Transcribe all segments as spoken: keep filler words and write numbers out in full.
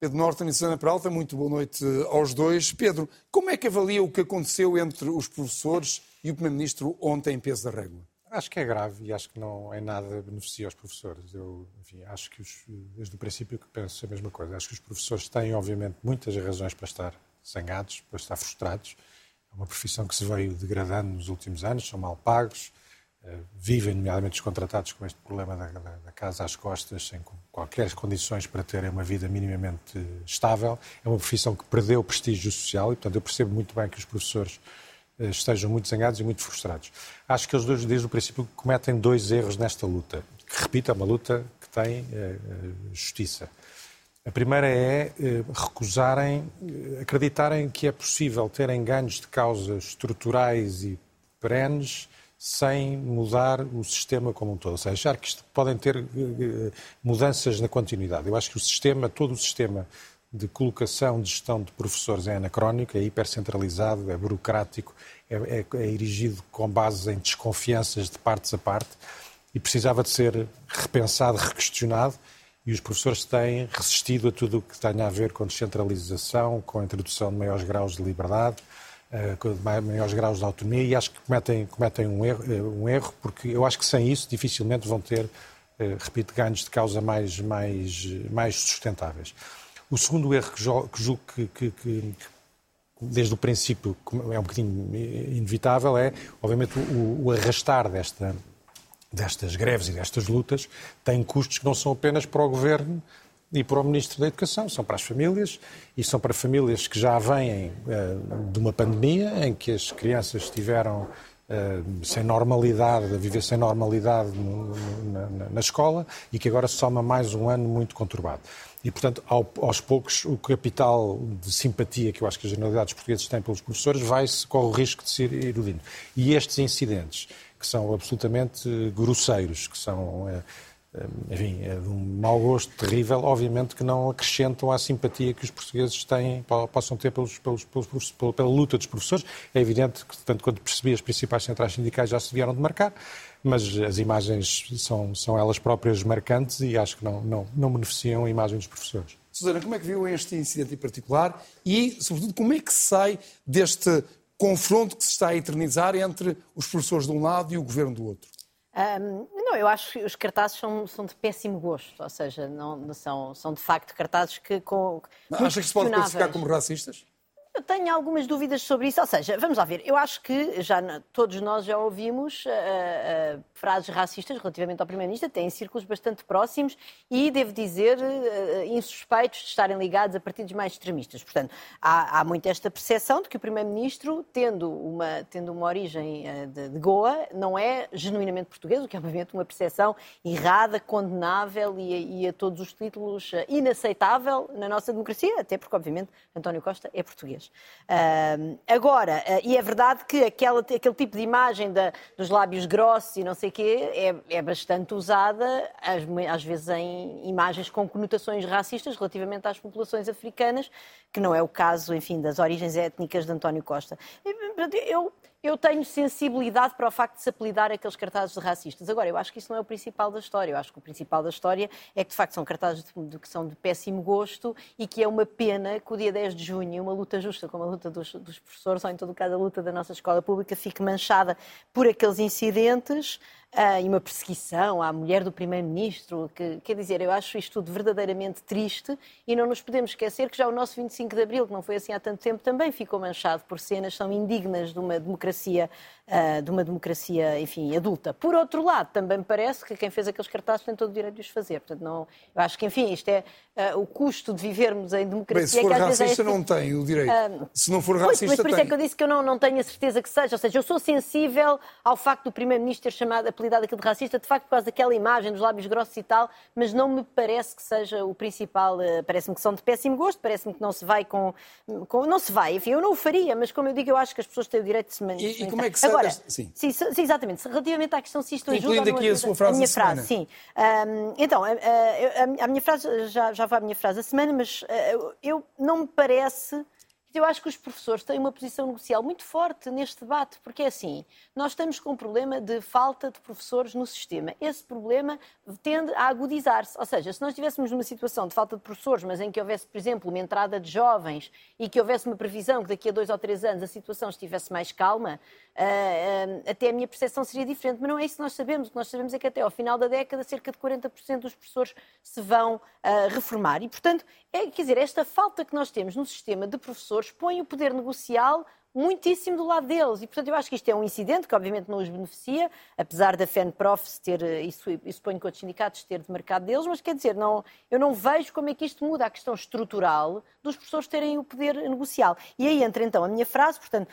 Pedro Norton e Susana Peralta, muito boa noite aos dois. Pedro, como é que avalia o que aconteceu entre os professores e o Primeiro-Ministro ontem em peso da régua? Acho que é grave e acho que não é nada beneficia aos professores. Eu, enfim, acho que os, desde o princípio que penso a mesma coisa. Acho que os professores têm, obviamente, muitas razões para estar zangados, para estar frustrados. É uma profissão que se veio degradando nos últimos anos, são mal pagos, uh, vivem, nomeadamente, descontratados com este problema da, da, da casa às costas, sem qualquer condições para terem uma vida minimamente estável. É uma profissão que perdeu o prestígio social e, portanto, eu percebo muito bem que os professores estejam muito zangados e muito frustrados. Acho que eles dois, desde o princípio, cometem dois erros nesta luta, que, repito, é uma luta que tem é, justiça. A primeira é, é recusarem, acreditarem que é possível terem ganhos de causa estruturais e perenes sem mudar o sistema como um todo. Ou seja, achar que isto podem ter é, mudanças na continuidade. Eu acho que o sistema, todo o sistema de colocação de gestão de professores é anacrónico, é hipercentralizado, é burocrático, é, é, é erigido com base em desconfianças de partes a parte e precisava de ser repensado, requestionado, e os professores têm resistido a tudo o que tenha a ver com descentralização, com a introdução de maiores graus de liberdade, de maiores graus de autonomia, e acho que cometem, cometem um, erro, um erro, porque eu acho que sem isso dificilmente vão ter, repito, ganhos de causa mais, mais, mais sustentáveis. O segundo erro que julgo que, que, que, desde o princípio, é um bocadinho inevitável, é, obviamente, o, o arrastar desta, destas greves e destas lutas tem custos que não são apenas para o Governo e para o Ministro da Educação, são para as famílias, e são para famílias que já vêm uh, de uma pandemia, em que as crianças estiveram uh, sem normalidade, a viver sem normalidade no, no, na, na escola, e que agora se soma mais um ano muito conturbado. E, portanto, ao, aos poucos, o capital de simpatia que eu acho que as generalidades portuguesas têm pelos professores vai-se, corre o risco de se ir erudindo. E estes incidentes, que são absolutamente grosseiros, que são, enfim, é de um mau gosto terrível, obviamente que não acrescentam à simpatia que os portugueses têm, possam ter pelos, pelos, pelos, pela, pela luta dos professores. É evidente que, tanto quanto percebi, as principais centrais sindicais já se vieram de marcar, mas as imagens são, são elas próprias marcantes e acho que não, não, não beneficiam a imagem dos professores. Susana, como é que viu este incidente em particular e, sobretudo, como é que se sai deste confronto que se está a eternizar entre os professores de um lado e o governo do outro? Um, não, eu acho que os cartazes são, são de péssimo gosto, ou seja, não, são, são de facto cartazes que... Com, acha que se pode classificar como racistas? Eu tenho algumas dúvidas sobre isso. Ou seja, vamos lá ver, eu acho que já todos nós já ouvimos uh, uh, frases racistas relativamente ao Primeiro-Ministro, até em círculos bastante próximos e, devo dizer, uh, insuspeitos de estarem ligados a partidos mais extremistas. Portanto, há, há muito esta percepção de que o Primeiro-Ministro, tendo uma, tendo uma origem uh, de, de Goa, não é genuinamente português, o que é, obviamente, uma percepção errada, condenável e, e a todos os títulos uh, inaceitável na nossa democracia, até porque, obviamente, António Costa é português. Uh, agora, uh, e é verdade que aquela, aquele tipo de imagem da, dos lábios grossos e não sei o quê é, é bastante usada, às, às vezes em imagens com conotações racistas relativamente às populações africanas, que não é o caso, enfim, das origens étnicas de António Costa. Eu... Eu tenho sensibilidade para o facto de se apelidar aqueles cartazes de racistas. Agora, eu acho que isso não é o principal da história. Eu acho que o principal da história é que, de facto, são cartazes de, de, que são de péssimo gosto e que é uma pena que o dia dez de junho, uma luta justa como a luta dos, dos professores, ou em todo o caso a luta da nossa escola pública, fique manchada por aqueles incidentes uh, e uma perseguição à mulher do Primeiro-Ministro. Que, quer dizer, eu acho isto tudo verdadeiramente triste e não nos podemos esquecer que já o nosso vinte e cinco de Abril, que não foi assim há tanto tempo, também ficou manchado por cenas que são indignas de uma democracia de uma democracia, enfim, adulta. Por outro lado, também me parece que quem fez aqueles cartazes tem todo o direito de os fazer. Portanto, não, eu acho que, enfim, isto é uh, o custo de vivermos em democracia. Bem, se for que, racista, vezes, é não tem o direito. Uh, se não for racista, mas por isso tem. é que eu disse que eu não, não tenho a certeza que seja. Ou seja, eu sou sensível ao facto do Primeiro-Ministro ter chamado, apelidado aquilo de racista, de facto, por causa daquela imagem dos lábios grossos e tal, mas não me parece que seja o principal. Uh, parece-me que são de péssimo gosto, parece-me que não se vai com, com... Não se vai, enfim, eu não o faria, mas como eu digo, eu acho que as pessoas têm o direito de se manifestar. E, e como é que se... Agora, sim. Sim, sim, exatamente. Relativamente à questão se isto ajuda ou não aqui ajuda, a sua frase a minha da semana. frase, sim. Um, então, a, a, a minha frase, já, já vai a minha frase da semana, mas uh, eu não me parece, eu acho que os professores têm uma posição negocial muito forte neste debate, porque é assim, nós estamos com um problema de falta de professores no sistema. Esse problema tende a agudizar-se. Ou seja, se nós estivéssemos numa situação de falta de professores, mas em que houvesse, por exemplo, uma entrada de jovens e que houvesse uma previsão que daqui a dois ou três anos a situação estivesse mais calma, uh, uh, até a minha percepção seria diferente. Mas não é isso que nós sabemos. O que nós sabemos é que até ao final da década cerca de quarenta por cento dos professores se vão uh, reformar. E, portanto, é, quer dizer, esta falta que nós temos no sistema de professores põe o poder negocial muitíssimo do lado deles. E, portanto, eu acho que isto é um incidente que, obviamente, não os beneficia, apesar da FENPROF ter, isso, isso suponho que outros sindicatos ter de mercado deles, mas, quer dizer, não, eu não vejo como é que isto muda a questão estrutural dos professores terem o poder negocial. E aí entra, então, a minha frase, portanto,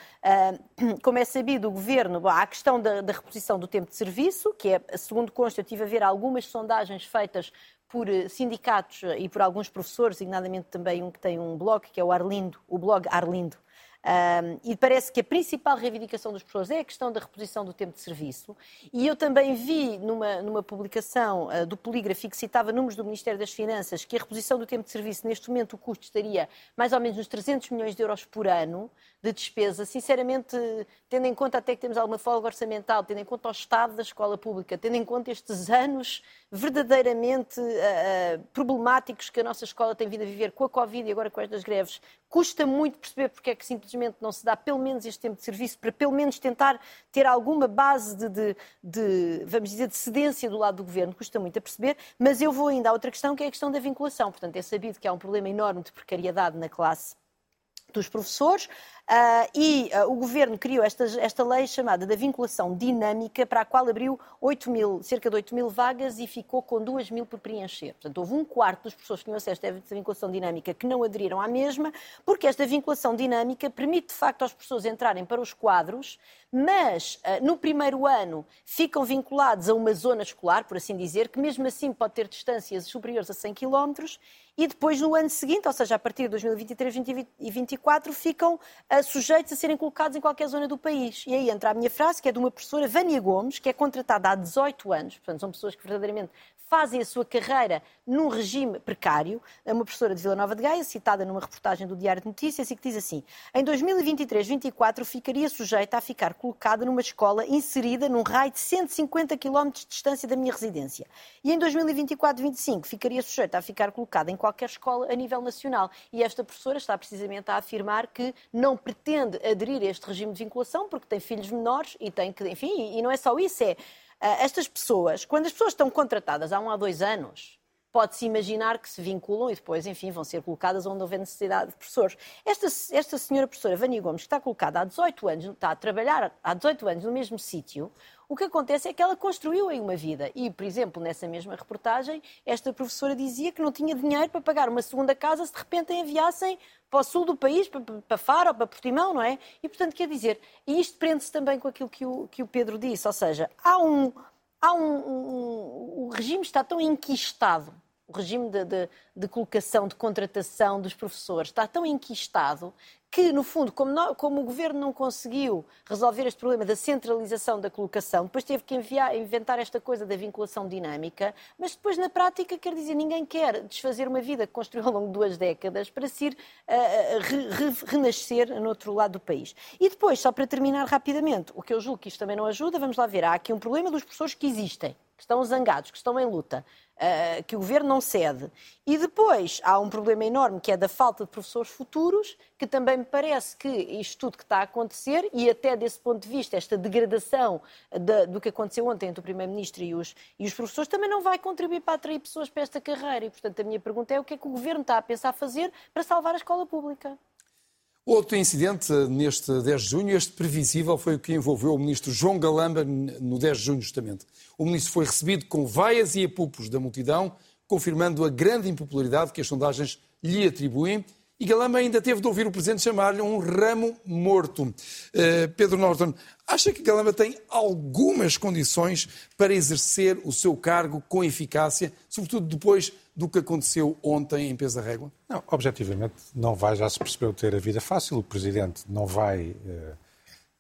como é sabido, o Governo, bom, há a questão da, da reposição do tempo de serviço, que é, segundo consta, eu estive a ver algumas sondagens feitas por sindicatos e por alguns professores, designadamente também um que tem um blog, que é o Arlindo, o blog Arlindo. Um, e parece que a principal reivindicação dos professores é a questão da reposição do tempo de serviço. E eu também vi numa, numa publicação uh, do Polígrafo que citava números do Ministério das Finanças que a reposição do tempo de serviço, neste momento, o custo estaria mais ou menos nos trezentos milhões de euros por ano de despesa. Sinceramente, tendo em conta até que temos alguma folga orçamental, tendo em conta o estado da escola pública, tendo em conta estes anos verdadeiramente uh, uh, problemáticos que a nossa escola tem vindo a viver com a Covid e agora com estas greves, custa muito perceber porque é que simplesmente não se dá pelo menos este tempo de serviço para pelo menos tentar ter alguma base de, de, de, vamos dizer, de cedência do lado do Governo. Custa muito a perceber, mas eu vou ainda a outra questão, que é a questão da vinculação. Portanto, é sabido que há um problema enorme de precariedade na classe dos professores. Uh, e uh, o Governo criou esta, esta lei chamada da vinculação dinâmica, para a qual abriu oito mil, cerca de oito mil vagas e ficou com duas mil por preencher. Portanto, houve um quarto dos professores que tinham acesso a esta vinculação dinâmica que não aderiram à mesma, porque esta vinculação dinâmica permite, de facto, aos professores entrarem para os quadros, mas uh, no primeiro ano ficam vinculados a uma zona escolar, por assim dizer, que mesmo assim pode ter distâncias superiores a cem quilómetros, e depois no ano seguinte, ou seja, a partir de dois mil e vinte e três e vinte e quatro, ficam uh, sujeitos a serem colocados em qualquer zona do país. E aí entra a minha frase, que é de uma professora, Vânia Gomes, que é contratada há dezoito anos, portanto são pessoas que verdadeiramente fazem a sua carreira num regime precário. É uma professora de Vila Nova de Gaia, citada numa reportagem do Diário de Notícias, e que diz assim: em dois mil e vinte e três vinte e quatro ficaria sujeita a ficar colocada numa escola inserida num raio de cento e cinquenta quilómetros de distância da minha residência. E em dois mil e vinte e quatro vinte e cinco ficaria sujeita a ficar colocada em qualquer escola a nível nacional. E esta professora está precisamente a afirmar que não pretende aderir a este regime de vinculação porque tem filhos menores e tem que, enfim, e não é só isso, é estas pessoas, quando as pessoas estão contratadas há um ou dois anos, pode-se imaginar que se vinculam e depois, enfim, vão ser colocadas onde houver necessidade de professores. Esta, esta senhora professora, Vânia Gomes, que está colocada há dezoito anos, está a trabalhar há dezoito anos no mesmo sítio, o que acontece é que ela construiu aí uma vida. E, por exemplo, nessa mesma reportagem, esta professora dizia que não tinha dinheiro para pagar uma segunda casa se de repente a enviassem para o sul do país, para, para Faro ou para Portimão, não é? E, portanto, quer dizer, e isto prende-se também com aquilo que o, que o Pedro disse, ou seja, há um... Há um, um, o regime está tão enquistado, o regime de, de, de colocação, de contratação dos professores está tão enquistado que, no fundo, como, não, como o Governo não conseguiu resolver este problema da centralização da colocação, depois teve que enviar, inventar esta coisa da vinculação dinâmica, mas depois, na prática, quer dizer, ninguém quer desfazer uma vida que construiu ao longo de duas décadas para se ir uh, re, re, renascer no outro lado do país. E depois, só para terminar rapidamente, o que eu julgo que isto também não ajuda, vamos lá ver, há aqui um problema dos professores que existem, que estão zangados, que estão em luta, uh, que o Governo não cede. E depois há um problema enorme que é da falta de professores futuros, que também me parece que isto tudo que está a acontecer, e até desse ponto de vista, esta degradação de, do que aconteceu ontem entre o Primeiro-Ministro e os, e os professores, também não vai contribuir para atrair pessoas para esta carreira. E, portanto, a minha pergunta é o que é que o Governo está a pensar fazer para salvar a escola pública? Outro incidente neste dez de junho, este previsível, foi o que envolveu o ministro João Galamba no dez de junho, justamente. O ministro foi recebido com vaias e apupos da multidão, confirmando a grande impopularidade que as sondagens lhe atribuem, e Galamba ainda teve de ouvir o Presidente chamar-lhe um ramo morto. Uh, Pedro Norton, acha que Galamba tem algumas condições para exercer o seu cargo com eficácia, sobretudo depois do que aconteceu ontem em Pesa Régua? Não, objetivamente não vai, já se percebeu, ter a vida fácil. O Presidente não vai uh,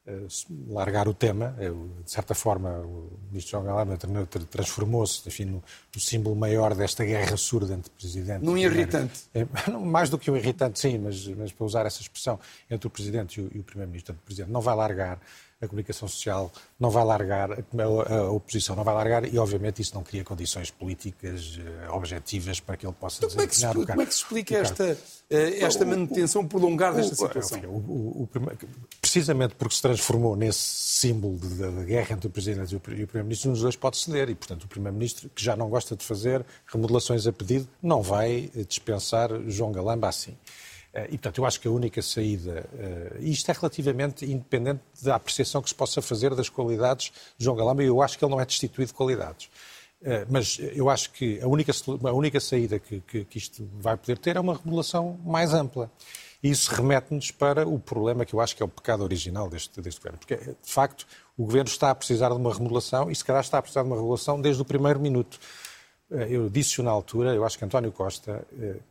largar o tema. De certa forma, o ministro João Galamba transformou-se, enfim, no, no símbolo maior desta guerra surda entre o Presidente... Num irritante. É, mais do que um irritante, sim, mas, mas para usar essa expressão, entre o Presidente e o, e o Primeiro-Ministro. O Presidente não vai largar a comunicação social, não vai largar, a, a oposição não vai largar e, obviamente, isso não cria condições políticas uh, objetivas para que ele possa então, como, é que se, o como é que se explica esta, uh, esta manutenção prolongada desta situação? O, o, o, precisamente porque se transformou nesse símbolo da guerra entre o Presidente e o Primeiro-Ministro, um dos dois pode ceder e, portanto, o Primeiro-Ministro, que já não gosta de fazer remodelações a pedido, não vai dispensar João Galamba assim. E, portanto, eu acho que a única saída, e isto é relativamente independente da apreciação que se possa fazer das qualidades de João Galamba, e eu acho que ele não é destituído de qualidades. Mas eu acho que a única, a única saída que, que, que isto vai poder ter é uma remodelação mais ampla. E isso remete-nos para o problema que eu acho que é o pecado original deste, deste governo. Porque, de facto, o governo está a precisar de uma remodelação e, se calhar, está a precisar de uma remodelação desde o primeiro minuto. Eu disse-o na altura, eu acho que António Costa,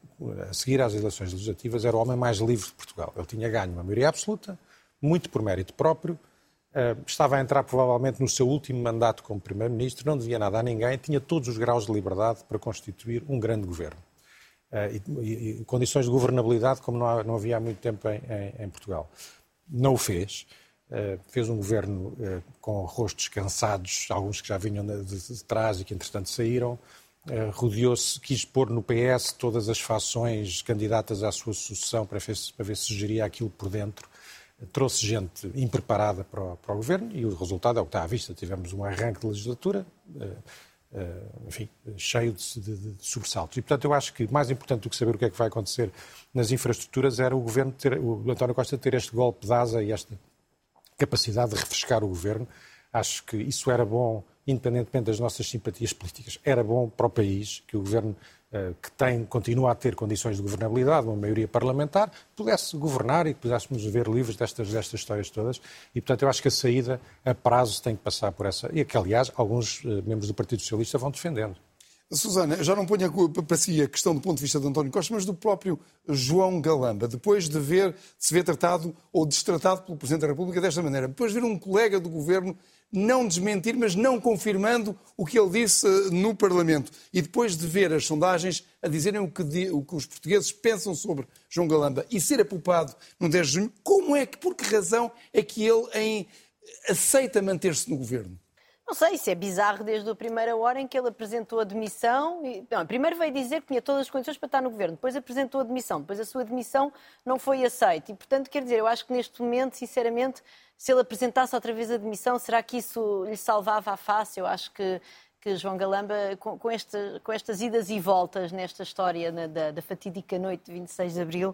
a seguir às eleições legislativas, era o homem mais livre de Portugal. Ele tinha ganho uma maioria absoluta, muito por mérito próprio, estava a entrar provavelmente no seu último mandato como Primeiro-Ministro, não devia nada a ninguém, tinha todos os graus de liberdade para constituir um grande governo. E, e, e condições de governabilidade como não, há, não havia há muito tempo em, em, em Portugal. Não o fez. Uh, fez um governo uh, com rostos cansados, alguns que já vinham de, de, de trás e que entretanto saíram. Uh, rodeou-se, quis pôr no P S todas as fações candidatas à sua sucessão para ver se, para ver se geria aquilo por dentro. Uh, trouxe gente impreparada para o, para o governo e o resultado é o que está à vista. Tivemos um arranque de legislatura, uh, uh, enfim, cheio de, de, de sobressaltos. E, portanto, eu acho que mais importante do que saber o que é que vai acontecer nas infraestruturas era o governo ter, o António Costa ter este golpe de asa e esta capacidade de refrescar o governo. Acho que isso era bom, independentemente das nossas simpatias políticas, era bom para o país, que o governo, que tem, continua a ter condições de governabilidade, uma maioria parlamentar, pudesse governar e que pudéssemos ver livres destas, destas histórias todas. E, portanto, eu acho que a saída a prazo tem que passar por essa, e que, aliás, alguns membros do Partido Socialista vão defendendo. Susana, eu já não ponho para si a questão do ponto de vista de António Costa, mas do próprio João Galamba, depois de, ver, de se ver tratado ou destratado pelo Presidente da República desta maneira, depois de ver um colega do Governo não desmentir, mas não confirmando o que ele disse no Parlamento, e depois de ver as sondagens a dizerem o que, o que os portugueses pensam sobre João Galamba e ser apupado no dez de junho, como é que, por que razão é que ele em, aceita manter-se no Governo? Não sei, isso é bizarro desde a primeira hora em que ele apresentou a demissão. E, não, primeiro veio dizer que tinha todas as condições para estar no governo, depois apresentou a demissão, depois a sua demissão não foi aceita. E, portanto, quer dizer, eu acho que neste momento, sinceramente, se ele apresentasse outra vez a demissão, será que isso lhe salvava a face? Eu acho que, que João Galamba, com, com, este, com estas idas e voltas nesta história na, da, da fatídica noite de vinte e seis de abril,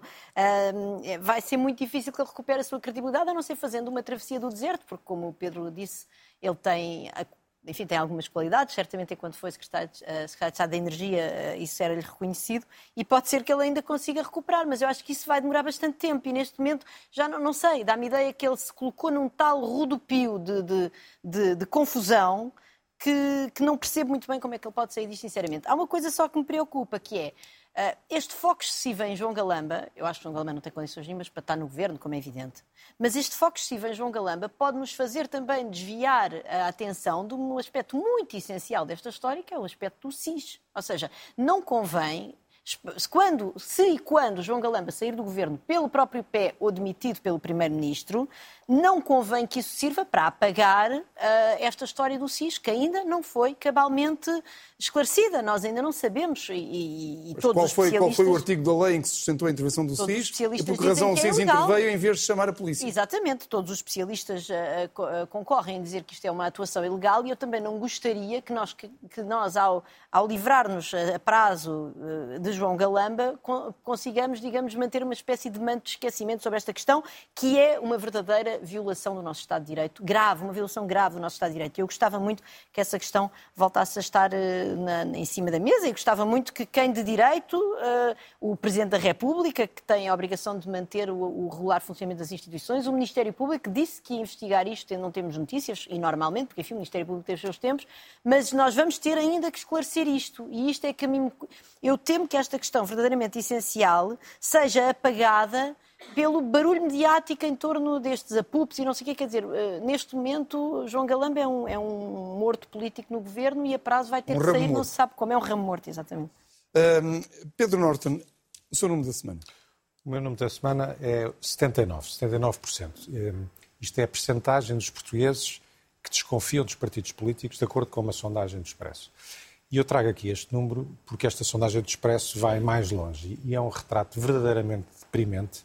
um, vai ser muito difícil que ele recupere a sua credibilidade, a não ser fazendo uma travessia do deserto, porque, como o Pedro disse, ele tem, enfim, tem algumas qualidades, certamente enquanto foi secretário de, uh, secretário de Estado da Energia, uh, isso era-lhe reconhecido, e pode ser que ele ainda consiga recuperar, mas eu acho que isso vai demorar bastante tempo, e neste momento, já não, não sei, dá-me ideia que ele se colocou num tal rodopio de, de, de, de confusão que, que não percebo muito bem como é que ele pode sair disto, sinceramente. Há uma coisa só que me preocupa, que é Uh, este foco excessivo em João Galamba, eu acho que João Galamba não tem condições nenhumas para estar no governo, como é evidente, mas este foco excessivo em João Galamba pode nos fazer também desviar a atenção de um aspecto muito essencial desta história, que é o aspecto do S I S. Ou seja, não convém, quando, se e quando João Galamba sair do governo pelo próprio pé ou demitido pelo Primeiro-Ministro, não convém que isso sirva para apagar uh, esta história do S I S, que ainda não foi cabalmente esclarecida. Nós ainda não sabemos. E, e todos qual, os foi, especialistas... qual foi o artigo da lei em que se sustentou a intervenção do S I S e por que razão o S I S é interveio em vez de chamar a polícia? Exatamente. Todos os especialistas uh, uh, concorrem a dizer que isto é uma atuação ilegal e eu também não gostaria que nós, que, que nós ao, ao livrar-nos a prazo uh, de João Galamba, consigamos, digamos, manter uma espécie de manto de esquecimento sobre esta questão, que é uma verdadeira violação do nosso Estado de Direito, grave, uma violação grave do nosso Estado de Direito. Eu gostava muito que essa questão voltasse a estar uh, na, em cima da mesa e gostava muito que quem de direito, uh, o Presidente da República, que tem a obrigação de manter o, o regular funcionamento das instituições, o Ministério Público disse que ia investigar isto, não temos notícias, e normalmente, porque enfim, o Ministério Público tem os seus tempos, mas nós vamos ter ainda que esclarecer isto, e isto é que a mim, eu temo que esta questão verdadeiramente essencial seja apagada pelo barulho mediático em torno destes apupos e não sei o quê. Quer dizer, neste momento, João Galamba é um, é um morto político no governo e a prazo vai ter um de sair, morto. Não se sabe como, é um ramo morto, exatamente. Um, Pedro Norton, o seu número da semana? O meu número da semana é setenta e nove, setenta e nove por cento. Isto é a percentagem dos portugueses que desconfiam dos partidos políticos, de acordo com uma sondagem do Expresso. E eu trago aqui este número porque esta sondagem do Expresso vai mais longe e é um retrato verdadeiramente deprimente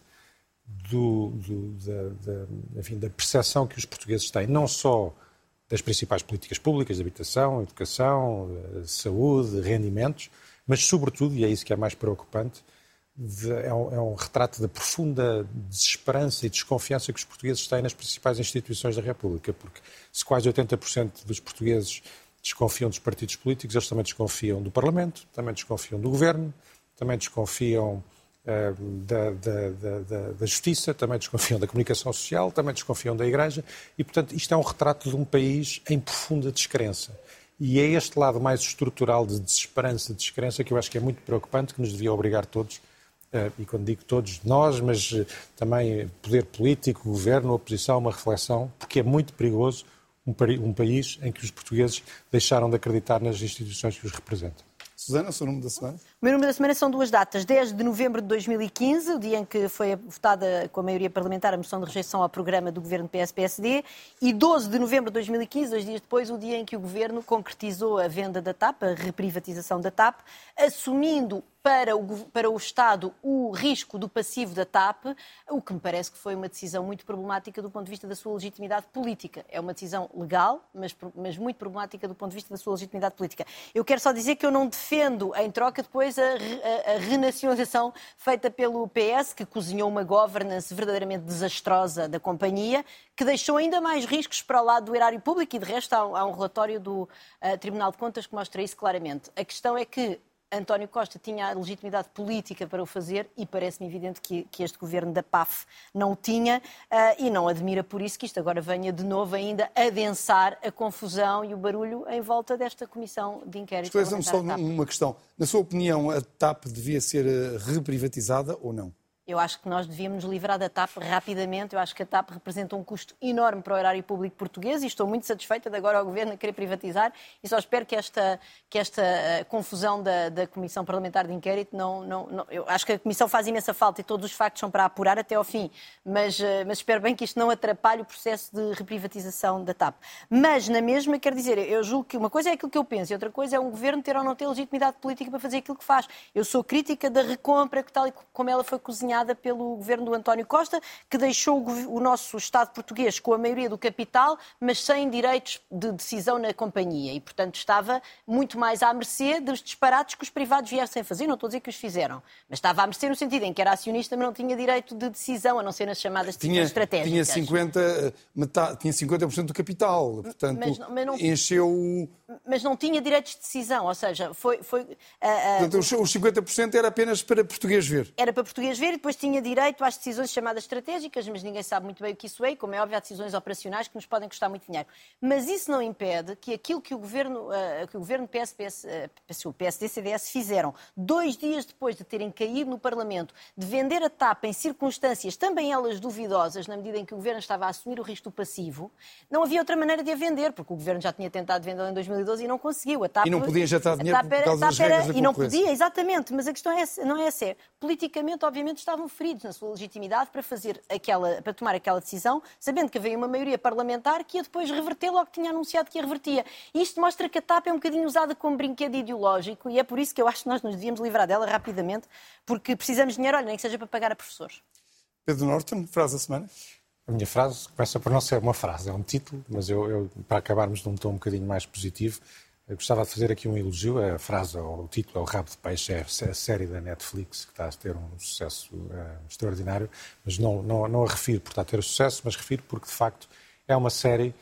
do, do, da, da, enfim, da percepção que os portugueses têm, não só das principais políticas públicas, de habitação, educação, saúde, rendimentos, mas sobretudo, e é isso que é mais preocupante, de, é, um, é um retrato da profunda desesperança e desconfiança que os portugueses têm nas principais instituições da República, porque se quase oitenta por cento dos portugueses desconfiam dos partidos políticos, eles também desconfiam do Parlamento, também desconfiam do Governo, também desconfiam uh, da, da, da, da Justiça, também desconfiam da comunicação social, também desconfiam da Igreja e, portanto, isto é um retrato de um país em profunda descrença. E é este lado mais estrutural de desesperança, de descrença, que eu acho que é muito preocupante, que nos devia obrigar todos, uh, e quando digo todos, nós, mas uh, também poder político, governo, oposição, uma reflexão, porque é muito perigoso Um, um país em que os portugueses deixaram de acreditar nas instituições que os representam. Susana, o seu número da semana? O meu número da semana são duas datas. dez de novembro de dois mil e quinze, o dia em que foi votada com a maioria parlamentar a moção de rejeição ao programa do governo P S P S D, e doze de novembro de dois mil e quinze, dois dias depois, o dia em que o governo concretizou a venda da TAP, a reprivatização da TAP, assumindo para o, para o Estado o risco do passivo da TAP, o que me parece que foi uma decisão muito problemática do ponto de vista da sua legitimidade política. É uma decisão legal, mas, mas muito problemática do ponto de vista da sua legitimidade política. Eu quero só dizer que eu não defendo, em troca, depois a, a, a renacionalização feita pelo P S, que cozinhou uma governance verdadeiramente desastrosa da companhia, que deixou ainda mais riscos para o lado do erário público, e de resto há, há um relatório do uh, Tribunal de Contas que mostra isso claramente. A questão é que António Costa tinha a legitimidade política para o fazer e parece-me evidente que, que este governo da P A F não o tinha, uh, e não admira por isso que isto agora venha de novo ainda adensar a confusão e o barulho em volta desta comissão de inquérito. Esclareça-me só uma questão. Na sua opinião, a TAP devia ser reprivatizada ou não? Eu acho que nós devíamos nos livrar da TAP rapidamente. Eu acho que a TAP representa um custo enorme para o erário público português e estou muito satisfeita de agora o Governo a querer privatizar, e só espero que esta, que esta uh, confusão da, da Comissão Parlamentar de Inquérito não, não, não... Eu acho que a Comissão faz imensa falta e todos os factos são para apurar até ao fim, mas, uh, mas espero bem que isto não atrapalhe o processo de reprivatização da TAP. Mas, na mesma, quero dizer, eu julgo que uma coisa é aquilo que eu penso e outra coisa é um Governo ter ou não ter legitimidade política para fazer aquilo que faz. Eu sou crítica da recompra, que tal e como ela foi cozinhada pelo governo do António Costa, que deixou o nosso Estado português com a maioria do capital, mas sem direitos de decisão na companhia. E, portanto, estava muito mais à mercê dos disparates que os privados viessem fazer. Não estou a dizer que os fizeram, mas estava à mercê no sentido em que era acionista, mas não tinha direito de decisão, a não ser nas chamadas decisões tinha, estratégicas. Tinha cinquenta, metade, tinha cinquenta por cento do capital, portanto, mas, mas não, encheu... Mas não tinha direitos de decisão, ou seja, foi... foi uh, uh, portanto, os cinquenta por cento era apenas para português ver. Era para português ver e depois tinha direito às decisões chamadas estratégicas, mas ninguém sabe muito bem o que isso é, e como é óbvio, há decisões operacionais que nos podem custar muito dinheiro. Mas isso não impede que aquilo que o governo, uh, que o governo P S P S, uh, P S D C D S fizeram, dois dias depois de terem caído no Parlamento, de vender a TAP em circunstâncias também elas duvidosas, na medida em que o governo estava a assumir o risco do passivo, não havia outra maneira de a vender, porque o governo já tinha tentado vendê-la em dois mil e doze e não conseguiu. A TAP, e não podia injetar dinheiro TAP era, por causa das era, regras da E não concorrência. podia, exatamente, mas a questão é, não é essa. É, politicamente, obviamente, estavam feridos na sua legitimidade para, fazer aquela, para tomar aquela decisão, sabendo que havia uma maioria parlamentar que ia depois reverter logo que tinha anunciado que a revertia. E isto mostra que a TAP é um bocadinho usada como brinquedo ideológico, e é por isso que eu acho que nós nos devíamos livrar dela rapidamente, porque precisamos de dinheiro, olha, nem que seja para pagar a professores. Pedro Norton, frase da semana. A minha frase começa por não ser uma frase, é um título, mas eu, eu para acabarmos num tom um bocadinho mais positivo, eu gostava de fazer aqui um elogio. A frase, ou o título, é O Rabo de Peixe, é a série da Netflix, que está a ter um sucesso uh, extraordinário, mas não, não, não a refiro por estar a ter sucesso, mas refiro porque, de facto, é uma série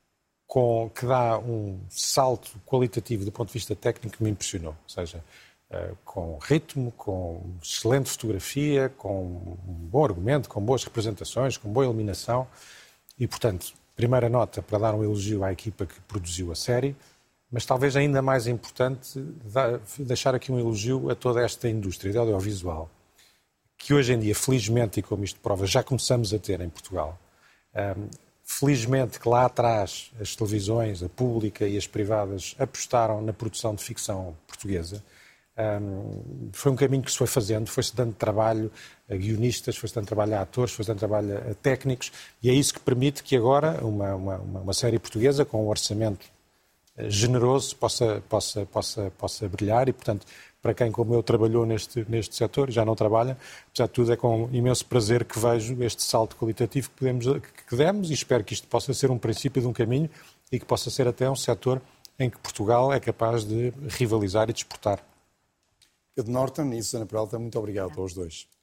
com, que dá um salto qualitativo do ponto de vista técnico que me impressionou. Ou seja, uh, com ritmo, com excelente fotografia, com um bom argumento, com boas representações, com boa iluminação. E, portanto, primeira nota para dar um elogio à equipa que produziu a série, mas talvez ainda mais importante deixar aqui um elogio a toda esta indústria de audiovisual, que hoje em dia, felizmente, e como isto prova, já começamos a ter em Portugal. Um, felizmente que lá atrás as televisões, a pública e as privadas apostaram na produção de ficção portuguesa. Um, foi um caminho que se foi fazendo, foi-se dando trabalho a guionistas, foi-se dando trabalho a atores, foi-se dando trabalho a técnicos, e é isso que permite que agora uma, uma, uma série portuguesa com um orçamento generoso possa, possa, possa, possa brilhar e, portanto, para quem como eu trabalhou neste, neste setor e já não trabalha, apesar de tudo é com imenso prazer que vejo este salto qualitativo que, podemos, que demos, e espero que isto possa ser um princípio de um caminho e que possa ser até um setor em que Portugal é capaz de rivalizar e de exportar. Pedro Norton e Susana Peralta, muito obrigado aos dois.